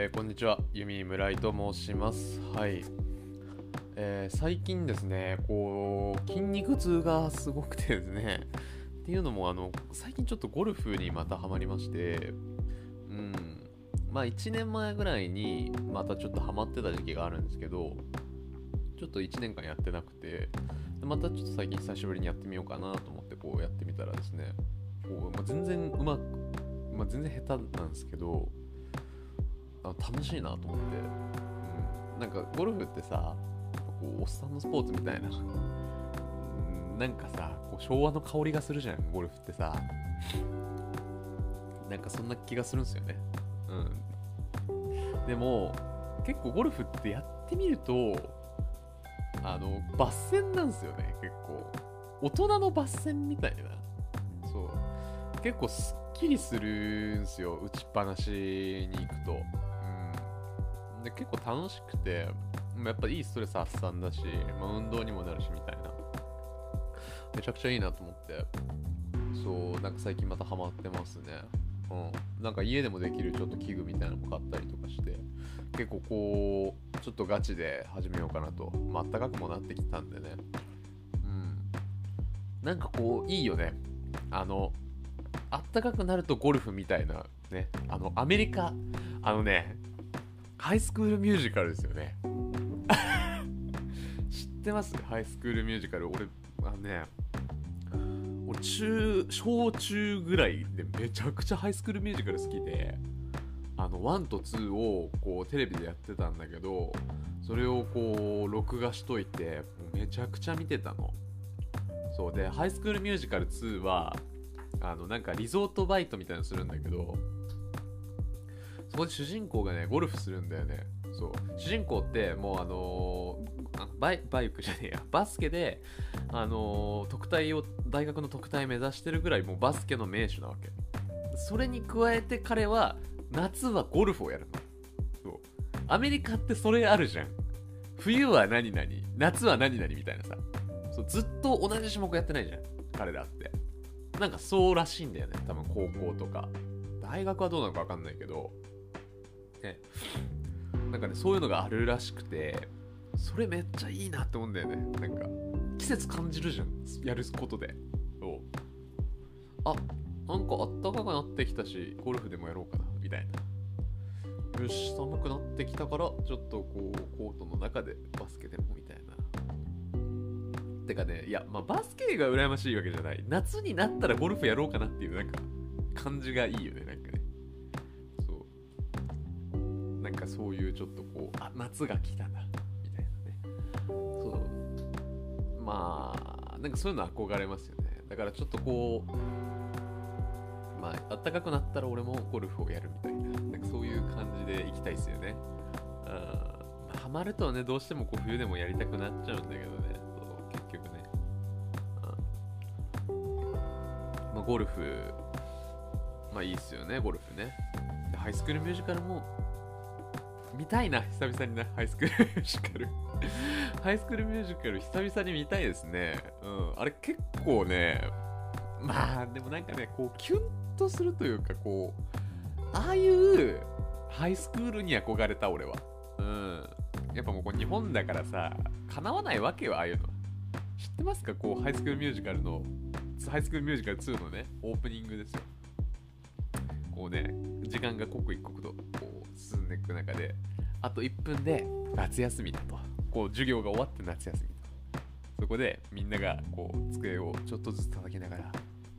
こんにちは、弓村井と申します。はい。最近ですね、筋肉痛がすごくてですね、っていうのも、最近ちょっとゴルフにまたハマりまして、まあ1年前ぐらいにまたちょっとハマってた時期があるんですけど、ちょっと1年間やってなくて、またちょっと最近久しぶりにやってみようかなと思ってやってみたらですね、全然全然下手なんですけど、楽しいなと思って、なんかゴルフってさ、おっさんのスポーツみたいな、なんかさ、昭和の香りがするじゃん、ゴルフってさ。なんかそんな気がするんですよね。でも結構ゴルフってやってみると抜線なんですよね。結構大人の抜線みたいな。そう結構すっきりするんすよ、打ちっぱなしに行くと。で結構楽しくて、やっぱいいストレス発散だし、運動にもなるしみたいな、めちゃくちゃいいなと思って、そうなんか最近またハマってますね。なんか家でもできるちょっと器具みたいなのも買ったりとかして、結構ちょっとガチで始めようかなと。あったかくもなってきたんでね。なんかいいよね。あったかくなるとゴルフみたいなね。アメリカハイスクールミュージカルですよね。知ってます？ハイスクールミュージカル。俺小中ぐらいでめちゃくちゃハイスクールミュージカル好きで、1と2をテレビでやってたんだけど、それを録画しといて、もうめちゃくちゃ見てたの。そうで、ハイスクールミュージカル2はなんかリゾートバイトみたいなのするんだけど、そこで主人公がねゴルフするんだよね。そう主人公ってもうバイクじゃねえや、バスケで大学の特待目指してるぐらい、もうバスケの名手なわけ。それに加えて彼は夏はゴルフをやるの。そうアメリカってそれあるじゃん。冬は何々、夏は何々みたいなさ。そうずっと同じ種目やってないじゃん彼らって。なんかそうらしいんだよね、多分高校とか大学はどうなのか分かんないけどね。なんかね、そういうのがあるらしくて、それめっちゃいいなって思うんだよね。なんか季節感じるじゃん、やることで。なんかあったかくなってきたし、ゴルフでもやろうかなみたいな。よし、寒くなってきたからちょっとコートの中でバスケでもみたいな。てかね、いやバスケが羨ましいわけじゃない。夏になったらゴルフやろうかなっていうなんか感じがいいよね。なんかね、なんかそういうちょっと夏が来たなみたいなね。そうなんかそういうの憧れますよね。だからちょっと暖かくなったら俺もゴルフをやるみたいな、なんかそういう感じで行きたいですよね。ハマるとね、どうしても冬でもやりたくなっちゃうんだけどね。そう結局ね、ゴルフいいっすよね、ゴルフね。でハイスクールミュージカルも見たいな、久々にな。ハイスクールミュージカルハイスクールミュージカル久々に見たいですね。あれ結構ね、でもなんかね、キュンとするというか、ああいうハイスクールに憧れた俺は。やっぱもう日本だからさ、叶わないわけよ、ああいうの。知ってますか？ハイスクールミュージカル2のね、オープニングですよ。時間が刻一刻と進んでいく中で、あと1分で夏休みだと。授業が終わって夏休みと。そこでみんなが机をちょっとずつ叩きながら、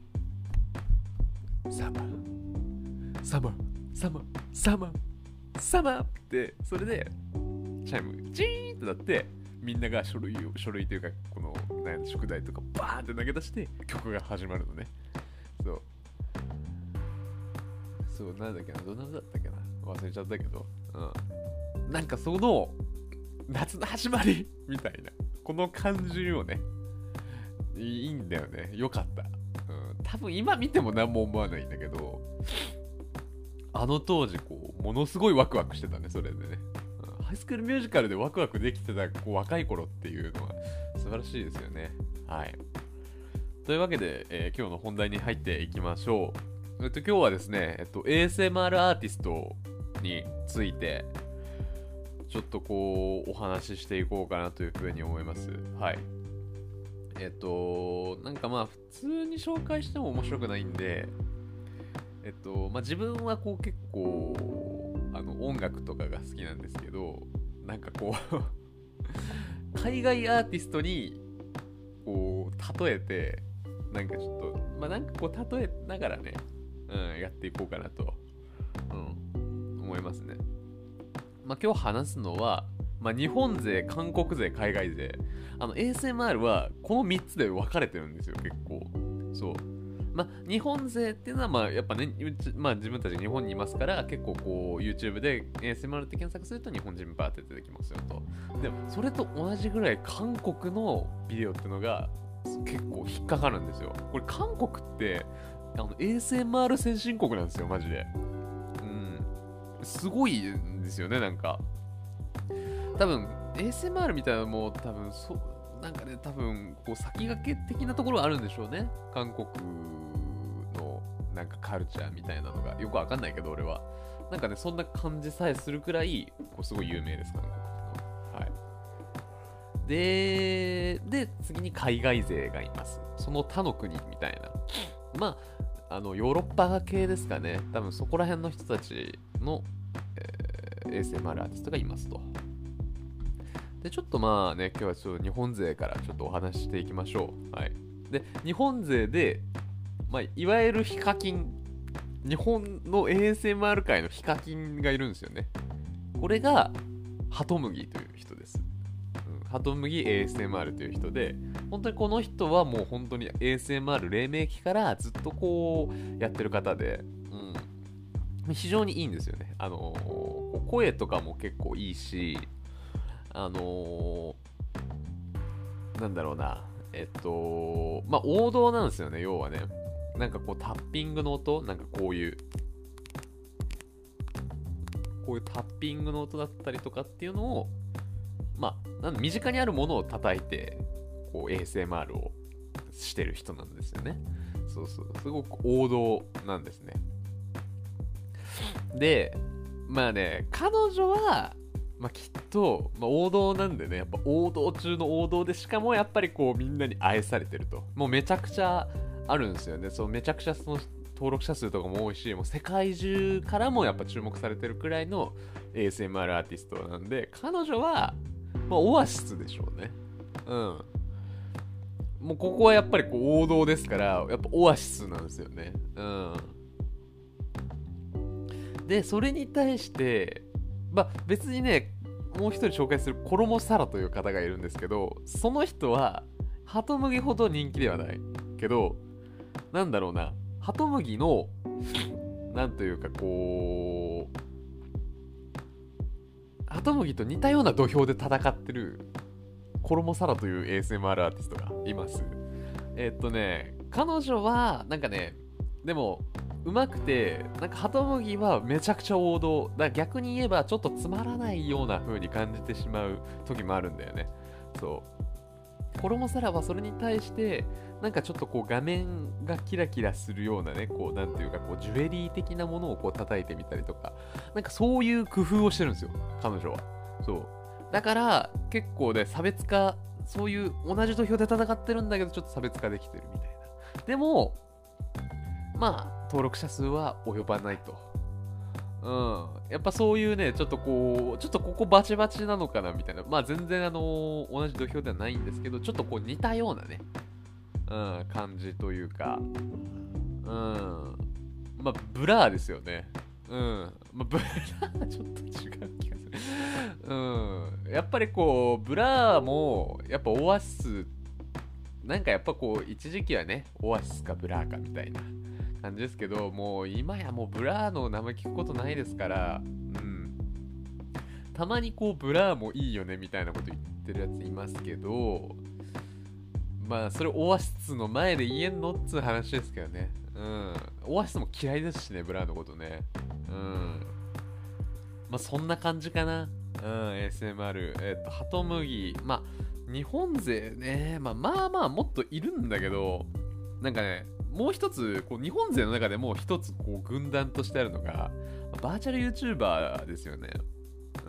サマーサマーサマーサマーサマーって、それでチャイムチーンとなって、みんなが書類というか宿題とかバーンって投げ出して曲が始まるのね。そうなんだっけな、どんなのだったっけな、忘れちゃったけど、なんかその夏の始まりみたいなこの感じをね、いいんだよね。よかった。多分今見ても何も思わないんだけど、当時ものすごいワクワクしてたね、それでね。ハイスクールミュージカルでワクワクできてた若い頃っていうのは素晴らしいですよね。はい。というわけで、今日の本題に入っていきましょう。今日はですね、ASMR アーティストについてちょっとこうお話ししていこうかなというふうに思います。はい。なんかまあ普通に紹介しても面白くないんで、まあ自分はこう結構音楽とかが好きなんですけど、なんかこう海外アーティストにこう例えて、なんかちょっとまあなんかこう例えながらね、やっていこうかなと、思いますね。まあ今日話すのは、まあ、日本勢、韓国勢、海外勢、ASMR はこの3つで分かれてるんですよ、結構。そう。まあ、日本勢っていうのは、まあ、やっぱね、まあ、自分たち日本にいますから、結構こう、YouTube で ASMR って検索すると日本人バーって出てきますよと。でも、それと同じぐらい韓国のビデオっていうのが結構引っかかるんですよ。これ、韓国って、ASMR 先進国なんですよ、マジで。すごいんですよね、なんか。多分 ASMR みたいなのも多分なんかね、多分こう先駆け的なところはあるんでしょうね、韓国のなんかカルチャーみたいなのが。よくわかんないけど俺はなんかね、そんな感じさえするくらいこうすごい有名です、韓国の。はい。で次に海外勢がいます。その他の国みたいな、まあヨーロッパ系ですかね、多分そこら辺の人たちの、ASMR アーティストがいますと。でちょっとまあね、今日はちょっと日本勢からちょっとお話ししていきましょう。はい。で日本勢で、まあ、いわゆるヒカキン、日本の ASMR 界のヒカキンがいるんですよね。これがハトムギという人です。ハトムギ ASMR という人で、本当にこの人はもう本当に ASMR 黎明期からずっとこうやってる方で、非常にいいんですよね。声とかも結構いいし、なんだろうな、まあ王道なんですよね、要はね。なんかこうタッピングの音、なんかこういうタッピングの音だったりとかっていうのを、まあなんで身近にあるものを叩いてこう ASMR をしてる人なんですよね。そうそう、すごく王道なんですね。でまあね、彼女はまあ、きっと、まあ、王道なんでね、やっぱ王道中の王道で、しかもやっぱりこうみんなに愛されてると。もうめちゃくちゃあるんですよね。そうめちゃくちゃその登録者数とかも多いし、もう世界中からもやっぱ注目されてるくらいの ASMR アーティストなんで、彼女は、まあ、オアシスでしょうね。もうここはやっぱりこう王道ですから、やっぱオアシスなんですよね。で、それに対して、まあ別にね、もう一人紹介するコロモサラという方がいるんですけど、その人はハトムギほど人気ではないけど、なんだろうな、ハトムギのなんというかこう、ハトムギと似たような土俵で戦ってるコロモサラという ASMR アーティストがいます。彼女はなんかね、でもうまくて、なんかハトムギはめちゃくちゃ王道だ。逆に言えばちょっとつまらないような風に感じてしまう時もあるんだよね。そうコロモサラはそれに対してなんかちょっとこう画面がキラキラするようなね、こうなんていうかこうジュエリー的なものをこう叩いてみたりとか、なんかそういう工夫をしてるんですよ、彼女は。そうだから結構ね、差別化、そういう同じ土俵で戦ってるんだけどちょっと差別化できてるみたいな。でもまあ登録者数は及ばないと。やっぱそういうね、ちょっとここバチバチなのかなみたいな。まあ全然同じ土俵ではないんですけど、ちょっとこう似たようなね、感じというか、まあブラーですよね。まあブラーはちょっと違う気がする。やっぱりこう、ブラーも、やっぱオアシス、なんかやっぱこう、一時期はね、オアシスかブラーかみたいな感じですけど、もう今やもうブラーの名前聞くことないですから、たまにこうブラーもいいよねみたいなこと言ってるやついますけど、まあそれオアシスの前で言えんのっつう話ですけどね。オアシスも嫌いですしね、ブラーのことね。まあそんな感じかな。ASMR、ハトムギ、まあ日本勢ね、まあもっといるんだけど、 なんかね、もう一つこう日本勢の中でも一つこう軍団としてあるのがバーチャル YouTuber ですよね。うん。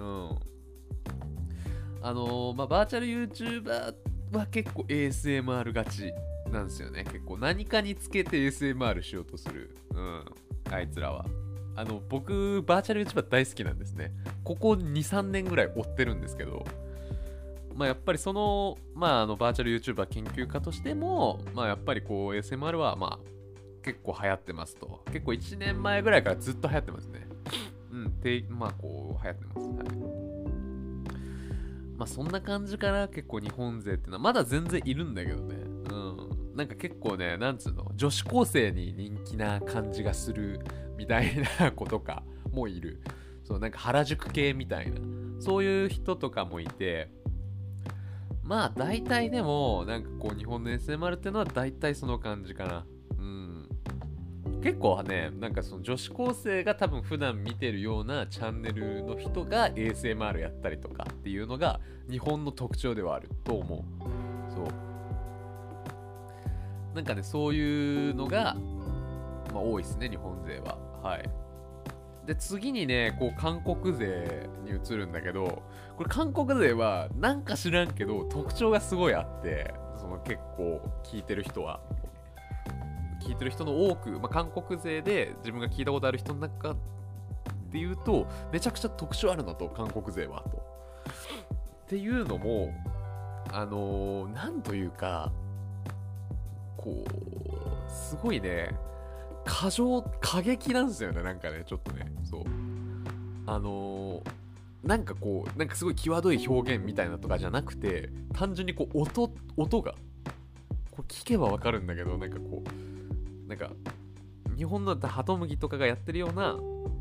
バーチャル YouTuber は結構 ASMR 勝ちなんですよね。結構何かにつけて ASMR しようとする。うん。あいつらは。僕、バーチャル YouTuber 大好きなんですね。ここ2、3年ぐらい追ってるんですけど、やっぱりバーチャル YouTuber 研究家としても、やっぱりこう ASMR は、結構流行ってますと。結構1年前ぐらいからずっと流行ってますね。うん。で、こう流行ってます。はい。そんな感じから結構日本勢っていうのはまだ全然いるんだけどね。うん。なんか結構ね、なんつうの、女子高生に人気な感じがするみたいな子とかもいる。そう、なんか原宿系みたいな。そういう人とかもいて、大体でも、なんかこう日本の SMR っていうのは大体その感じかな。うん。結構ね、なんかその女子高生が多分普段見てるようなチャンネルの人が ASMR やったりとかっていうのが日本の特徴ではあると思う。そう。なんかね、そういうのが、多いですね、日本勢は。はい。で、次にね、こう韓国勢に移るんだけど、これ韓国勢はなんか知らんけど特徴がすごいあって、その結構聞いてる人の多く、韓国勢で自分が聞いたことある人の中で言うとめちゃくちゃ特徴あるのと、韓国勢はと。っていうのもなんというか、こうすごいね、過激なんですよね。なんかね、ちょっとね、そうなんかこう、なんかすごい際どい表現みたいなとかじゃなくて、単純にこう音がこう聞けばわかるんだけど、なんかこう、なんか日本のハトムギとかがやってるような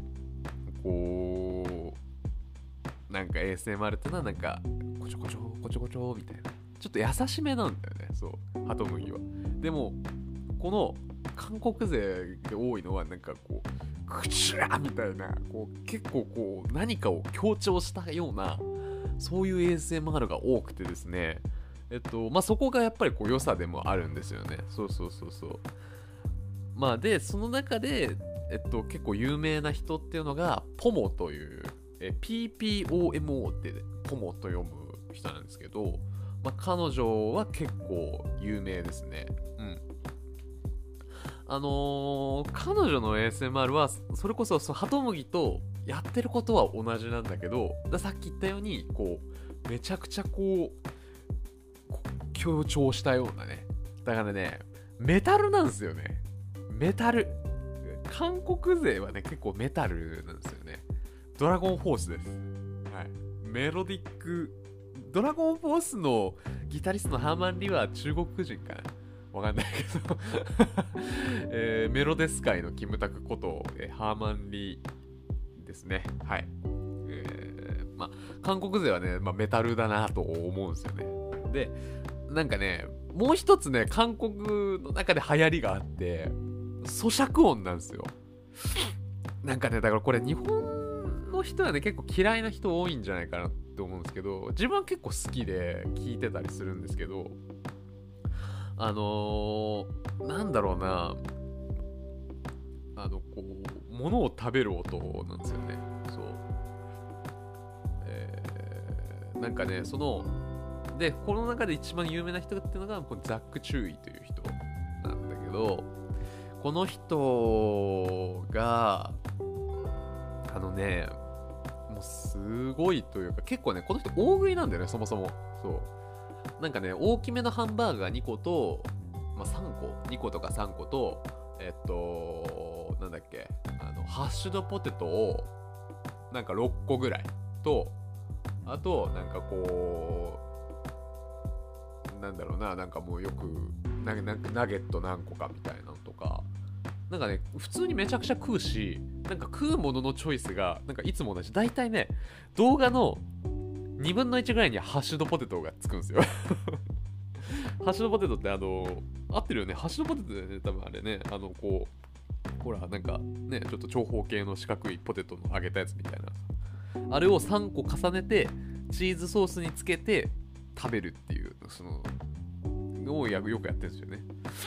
こうなんか ASMR ってのはなんかこちょこちょこちょこちょみたいな、ちょっと優しめなんだよね。そうハトムギは。でもこの韓国勢で多いのはなんかこうクチュラみたいな、こう結構こう何かを強調したような、そういう ASMR が多くてですね、そこがやっぱりこう良さでもあるんですよね。そうでその中で結構有名な人っていうのがポモという、PPOMO ってポモと読む人なんですけど、彼女は結構有名ですね。うん。彼女の ASMR はそれこそハトムギとやってることは同じなんだけど、さっき言ったようにこうめちゃくちゃこう強調したようなね、だからね、メタルなんですよね。メタル、韓国勢はね結構メタルなんですよね。ドラゴンフォースです。はい。メロディックドラゴンフォースのギタリストのハーマン・リは中国人かな、わかんないけど、メロデス界のキムタクこと、ハーマン・リですね。はい。韓国勢はね、メタルだなと思うんですよね。で、なんかね、もう一つね、韓国の中で流行りがあって、咀嚼音なんですよ。なんかね、だからこれ日本の人はね、結構嫌いな人多いんじゃないかなって思うんですけど、自分は結構好きで聞いてたりするんですけど、なんだろうな、こう物を食べる音なんですよね。そう、なんかね、でこの中で一番有名な人っていうのがこのザック・チューイという人なんだけど、この人がもうすごいというか、結構ねこの人大食いなんだよね、そもそも。そうなんかね、大きめのハンバーガー2個と、3個2個とか3個と、なんだっけ、ハッシュドポテトをなんか6個ぐらいと、あとなんかこうなんだろうな、なんかもうよくなんかナゲット何個かみたいなのとか、なんかね普通にめちゃくちゃ食うし、なんか食うもののチョイスがなんかいつも同じ。大体ね、動画の2分の1ぐらいにハッシュドポテトがつくんですよ。ハッシュドポテトって合ってるよね。ハッシュドポテトだよね、多分あれね。こうほらなんかね、ちょっと長方形の四角いポテトの揚げたやつみたいな、あれを3個重ねてチーズソースにつけて食べるっていう、そののをよくやってるんですよね。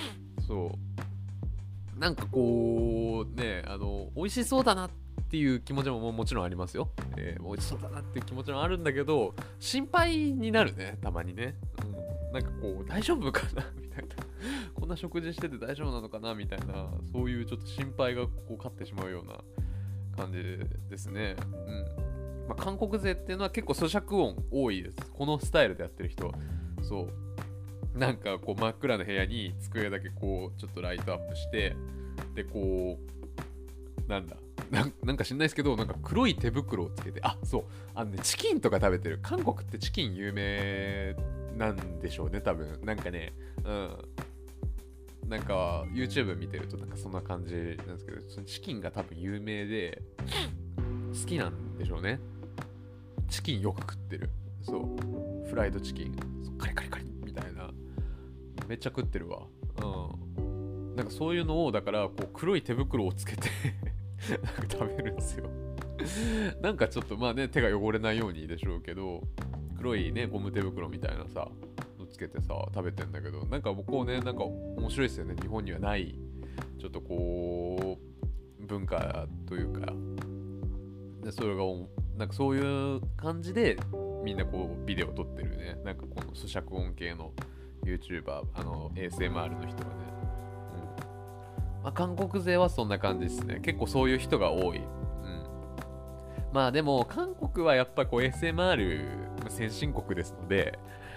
なんかこうね、美味しそうだなっていう気持ちももちろんありますよ。美味しそうだなっていう気持ちもあるんだけど、心配になるね、たまにね。なんかこう大丈夫かなみたいな、こんな食事してて大丈夫なのかなみたいな、そういうちょっと心配がこう勝ってしまうような感じですね。韓国勢っていうのは結構咀嚼音多いです。このスタイルでやってる人。なんかこう真っ暗な部屋に机だけこうちょっとライトアップして、でこうなんか知んないですけど、なんか黒い手袋をつけて、チキンとか食べてる。韓国ってチキン有名なんでしょうね、多分。なんかね、なんか YouTube 見てるとなんかそんな感じなんですけど、そのチキンが多分有名で好きなんでしょうね。チキンよく食ってる。フライドチキン、カリカリカリみたいな、めっちゃ食ってるわ。なんかそういうのをだからこう黒い手袋をつけてなんか食べるんですよ。なんかちょっとまあね、手が汚れないようにでしょうけど、黒いねゴム手袋みたいなさのつけてさ食べてんだけど、なんかこうね、なんか面白いですよね。日本にはないちょっとこう文化というかで、それがなんかそういう感じでみんなこうビデオ撮ってるね。なんかこの咀嚼音系の YouTuber、ASMR の人がね、韓国勢はそんな感じですね。結構そういう人が多い。まあでも韓国はやっぱこう ASMR 先進国ですので、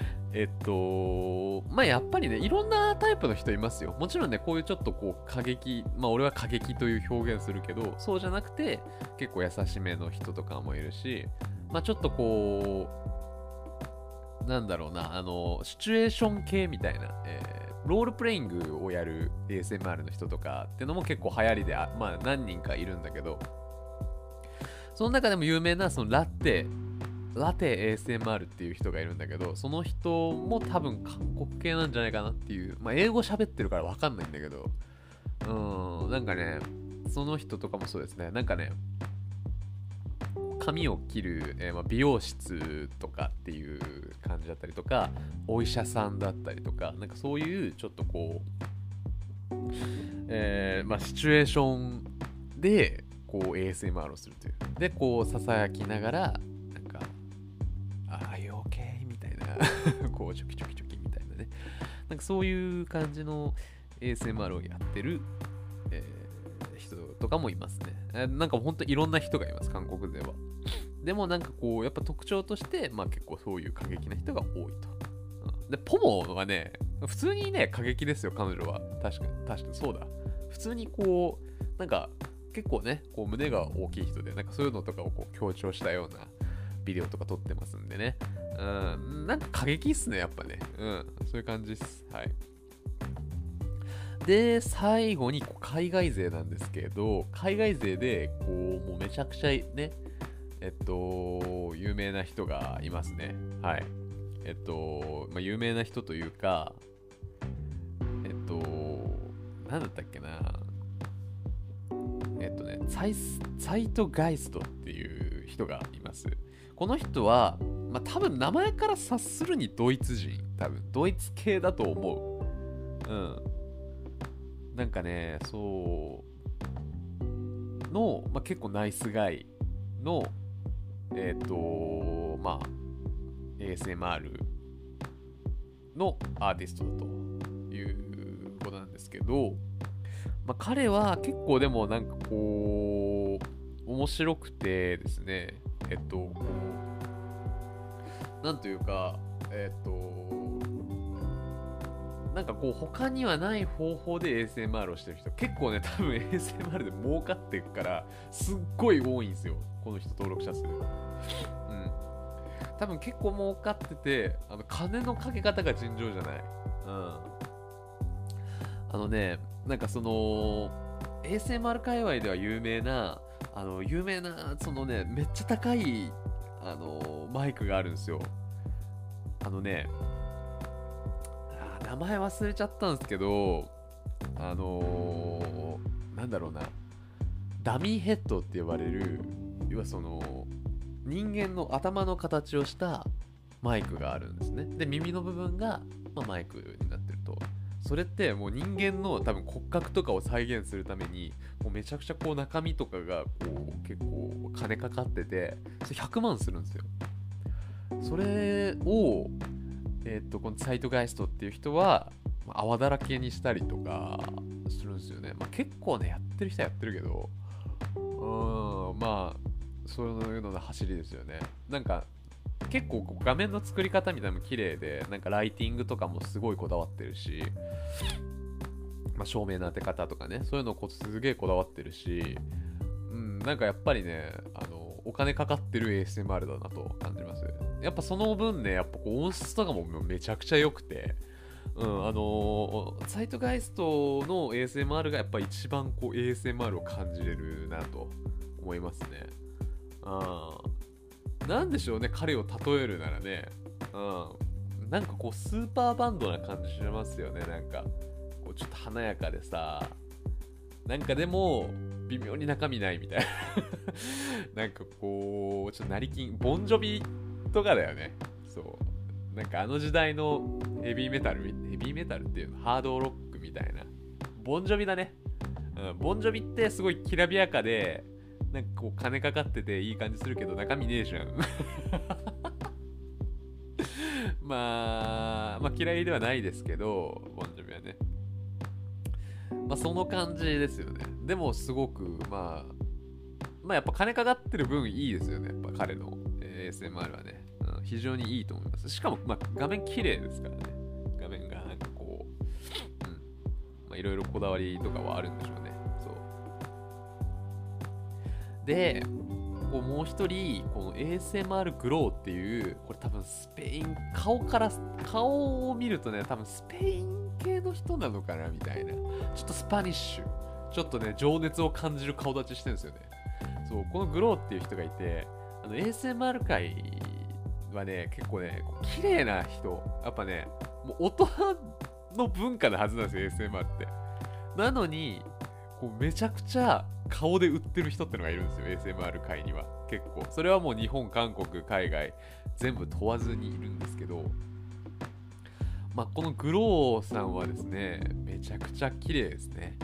まあやっぱりね、いろんなタイプの人いますよ。もちろんね、こういうちょっとこう過激、まあ俺は過激という表現するけど、そうじゃなくて結構優しめの人とかもいるし、まあちょっとこうなんだろうな、シチュエーション系みたいな、ロールプレイングをやる ASMR の人とかっていうのも結構流行りで、まあ何人かいるんだけど、その中でも有名なそのラテ ASMR っていう人がいるんだけど、その人も多分韓国系なんじゃないかなっていう、まあ英語喋ってるから分かんないんだけど、なんかね、その人とかもそうですね。なんかね、髪を切る、美容室とかっていう感じだったりとか、お医者さんだったりとか、なんかそういうちょっとこう、シチュエーションでこう ASMR をするという。で、こうささやきながら、なんか、Are you okay? みたいな、こうチョキチョキチョキみたいなね。なんかそういう感じの ASMR をやってる、人とかもいますね。なんかほんといろんな人がいます、韓国勢は。でもなんかこうやっぱ特徴として、まあ結構そういう過激な人が多いと。でポモはね、普通にね過激ですよ、彼女は。確かにそうだ。普通にこうなんか結構ね、こう胸が大きい人で、なんかそういうのとかをこう強調したようなビデオとか撮ってますんでね。なんか過激っすね、やっぱね。そういう感じです。はい。で、最後に海外勢なんですけど、海外勢でこうもうめちゃくちゃね、有名な人がいますね。はい。まあ、有名な人というか、なんだったっけな。サイトガイストっていう人がいます。この人は、まあ、多分名前から察するにドイツ人、多分ドイツ系だと思う。なんかね、まあ、結構ナイスガイの、まあ、ASMR のアーティストだということなんですけど、まあ、彼は結構でもなんかこう、面白くてですね、なんというか、なんかこう他にはない方法で ASMR をしてる人結構ね、多分 ASMR で儲かってるからすっごい多いんですよ、この人登録者数。多分結構儲かってて、金のかけ方が尋常じゃない。なんかその ASMR 界隈では有名なそのね、めっちゃ高いマイクがあるんですよ。名前忘れちゃったんですけど、なんだろうな、ダミーヘッドって呼ばれる、要はその人間の頭の形をしたマイクがあるんですね。で、耳の部分が、まあ、マイクになってると。 それってもう人間の多分骨格とかを再現するためにもうめちゃくちゃこう中身とかがこう結構金かかってて、それ100万するんですよ。それをこのサイトガイストっていう人は泡だらけにしたりとかするんですよね。結構ねやってる人はやってるけど、そういうのの走りですよね。なんか結構画面の作り方みたいなのも綺麗で、なんかライティングとかもすごいこだわってるし、照明の当て方とかね、そういうのすげえこだわってるし、なんかやっぱりね、お金かかってる ASMR だなと感じます。やっぱその分ね、やっぱこう音質とかもめちゃくちゃ良くて、サイトガイストの ASMR がやっぱ一番こう ASMR を感じれるなと思いますね。なんでしょうね、彼を例えるならね、なんかこうスーパーバンドな感じしますよね。なんかこうちょっと華やかでさ、なんかでも微妙に中身ないみたいななんかこうちょっと成金ボンジョビとかだよね。そうなんかあの時代のヘビーメタルっていうのハードロックみたいなボンジョビだね。ボンジョビってすごいきらびやかで、なんかこう金かかってていい感じするけど中身ねえじゃん嫌いではないですけど、ボンジョビはね、その感じですよね。でもすごくやっぱ金かかってる分いいですよね。やっぱ彼の ASMR はね、非常にいいと思います。しかも画面綺麗ですからね。画面がなんかこういろいろこだわりとかはあるんでしょうね。でもう一人この ASMR グローっていう、これ多分スペイン、顔を見るとね多分スペイン系の人なのかなみたいな、ちょっとスパニッシュ、ちょっとね情熱を感じる顔立ちしてるんですよね。このグローっていう人がいて、ASMR 界はね結構ね綺麗な人、やっぱねもう大人の文化なはずなんですよ ASMR って。なのにこうめちゃくちゃ顔で売ってる人ってのがいるんですよ ASMR 界には。結構それはもう日本、韓国、海外全部問わずにいるんですけど、このグローさんはですねめちゃくちゃ綺麗ですね。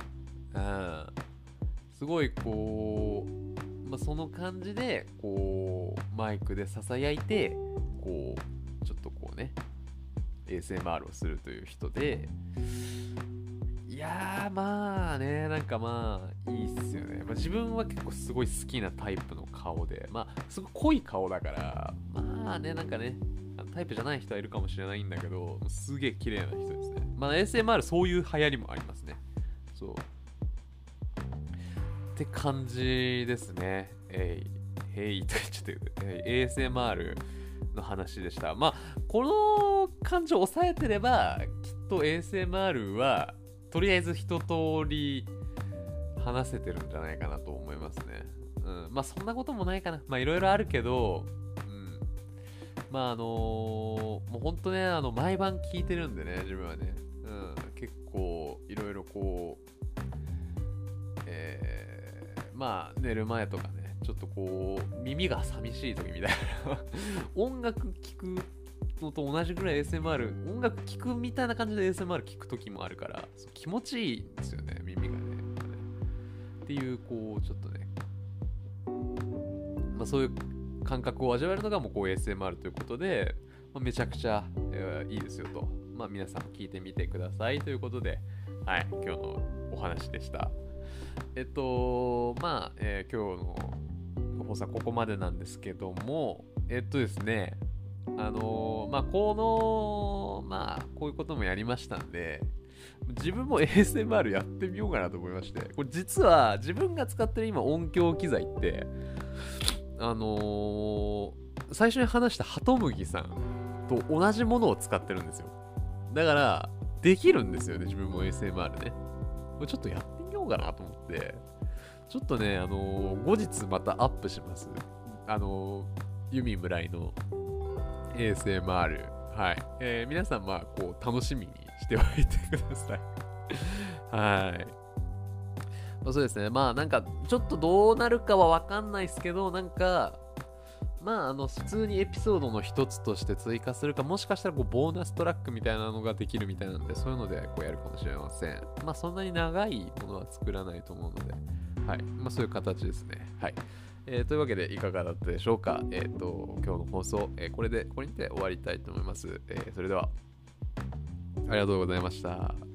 すごいこう、その感じでこうマイクでささやいてこうちょっとこうね ASMR をするという人で、いやーなんかいいっすよね。自分は結構すごい好きなタイプの顔で、すごい濃い顔だからなんかねタイプじゃない人はいるかもしれないんだけど、すげえ綺麗な人ですね。ASMR そういう流行りもありますね。って感じですね。へいと言っちゃってる、ASMR の話でした。この感情を抑えてればきっと ASMR はとりあえず一通り話せてるんじゃないかなと思いますね。そんなこともないかな。いろいろあるけど、もうほんとね、毎晩聞いてるんでね、自分はね。結構いろいろこう、寝る前とかね、ちょっとこう、耳が寂しい時みたいな。音楽聴くのと同じぐらい ASMR、音楽聴くみたいな感じで ASMR 聴く時もあるから、気持ちいいんですよね、耳がね。っていう、こう、ちょっとね、そういう感覚を味わえるのがもうこう ASMR ということで、めちゃくちゃ、いいですよと。皆さん聞いてみてくださいということで、はい、今日のお話でした。今日の放送はここまでなんですけども、ですね、こういうこともやりましたんで、自分も ASMR やってみようかなと思いまして、これ実は自分が使ってる今音響機材って、最初に話したハトムギさんと同じものを使ってるんですよ。だからできるんですよね、自分も ASMR ね。これちょっとやってみようかなと思って、ちょっとね、後日またアップします。ユミ村井の ASMR。はい。皆さん、こう、楽しみにしておいてください。はい。そうですね。なんか、ちょっとどうなるかはわかんないですけど、なんか、 普通にエピソードの一つとして追加するか、もしかしたらボーナストラックみたいなのができるみたいなので、そういうのでやるかもしれません。そんなに長いものは作らないと思うので、はい。そういう形ですね。はい。というわけで、いかがだったでしょうか。今日の放送、これにて終わりたいと思います。それでは、ありがとうございました。